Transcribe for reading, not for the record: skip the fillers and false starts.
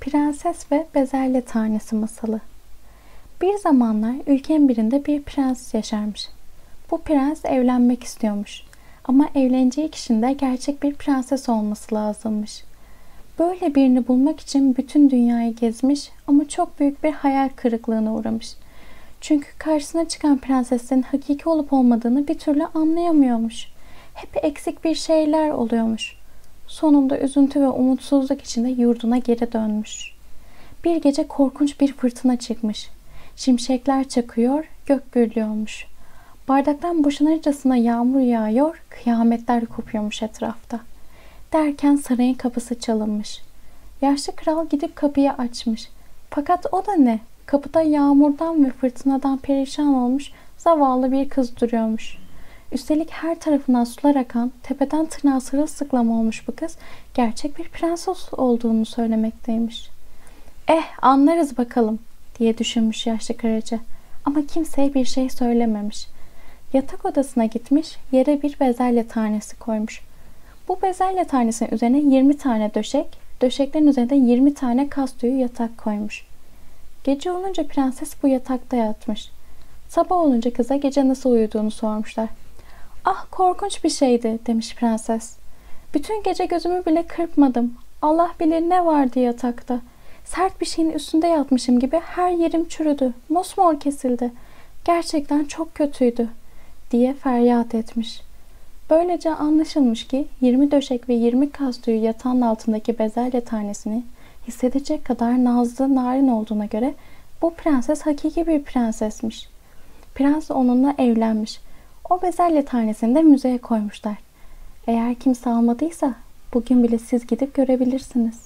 Prenses ve Bezelye Tanesi Masalı. Bir zamanlar ülkenin birinde bir prens yaşarmış. Bu prens evlenmek istiyormuş. Ama evleneceği kişinin de gerçek bir prenses olması lazımmış. Böyle birini bulmak için bütün dünyayı gezmiş ama çok büyük bir hayal kırıklığına uğramış. Çünkü karşısına çıkan prenseslerin hakiki olup olmadığını bir türlü anlayamıyormuş. Hep eksik bir şeyler oluyormuş. Sonunda üzüntü ve umutsuzluk içinde yurduna geri dönmüş. Bir gece korkunç bir fırtına çıkmış. Şimşekler çakıyor, gök gürlüyormuş. Bardaktan boşanırcasına yağmur yağıyor, kıyametler kopuyormuş etrafta. Derken sarayın kapısı çalınmış. Yaşlı kral gidip kapıyı açmış. Fakat o da ne? Kapıda yağmurdan ve fırtınadan perişan olmuş zavallı bir kız duruyormuş. Üstelik her tarafından sular akan, tepeden tırnağa sırılsıklam olmuş bu kız gerçek bir prenses olduğunu söylemekteymiş. Anlarız bakalım diye düşünmüş yaşlı kraliçe. Ama kimseye bir şey söylememiş. Yatak odasına gitmiş, yere bir bezelye tanesi koymuş. Bu bezelye tanesinin üzerine 20 tane döşek, döşeklerin üzerine 20 tane kas tüyü yatak koymuş. Gece olunca prenses bu yatakta yatmış. Sabah olunca kıza gece nasıl uyuduğunu sormuşlar. "Ah, korkunç bir şeydi," demiş prenses. "Bütün gece gözümü bile kırpmadım. Allah bilir ne vardı yatakta. Sert bir şeyin üstünde yatmışım gibi her yerim çürüdü. Mosmor kesildi. Gerçekten çok kötüydü," diye feryat etmiş. Böylece anlaşılmış ki 20 döşek ve 20 kas tüyü yatağın altındaki bezelye tanesini hissedecek kadar nazlı, narin olduğuna göre bu prenses hakiki bir prensesmiş. Prens onunla evlenmiş. O bezelye tanesini de müzeye koymuşlar. Eğer kimse almadıysa bugün bile siz gidip görebilirsiniz.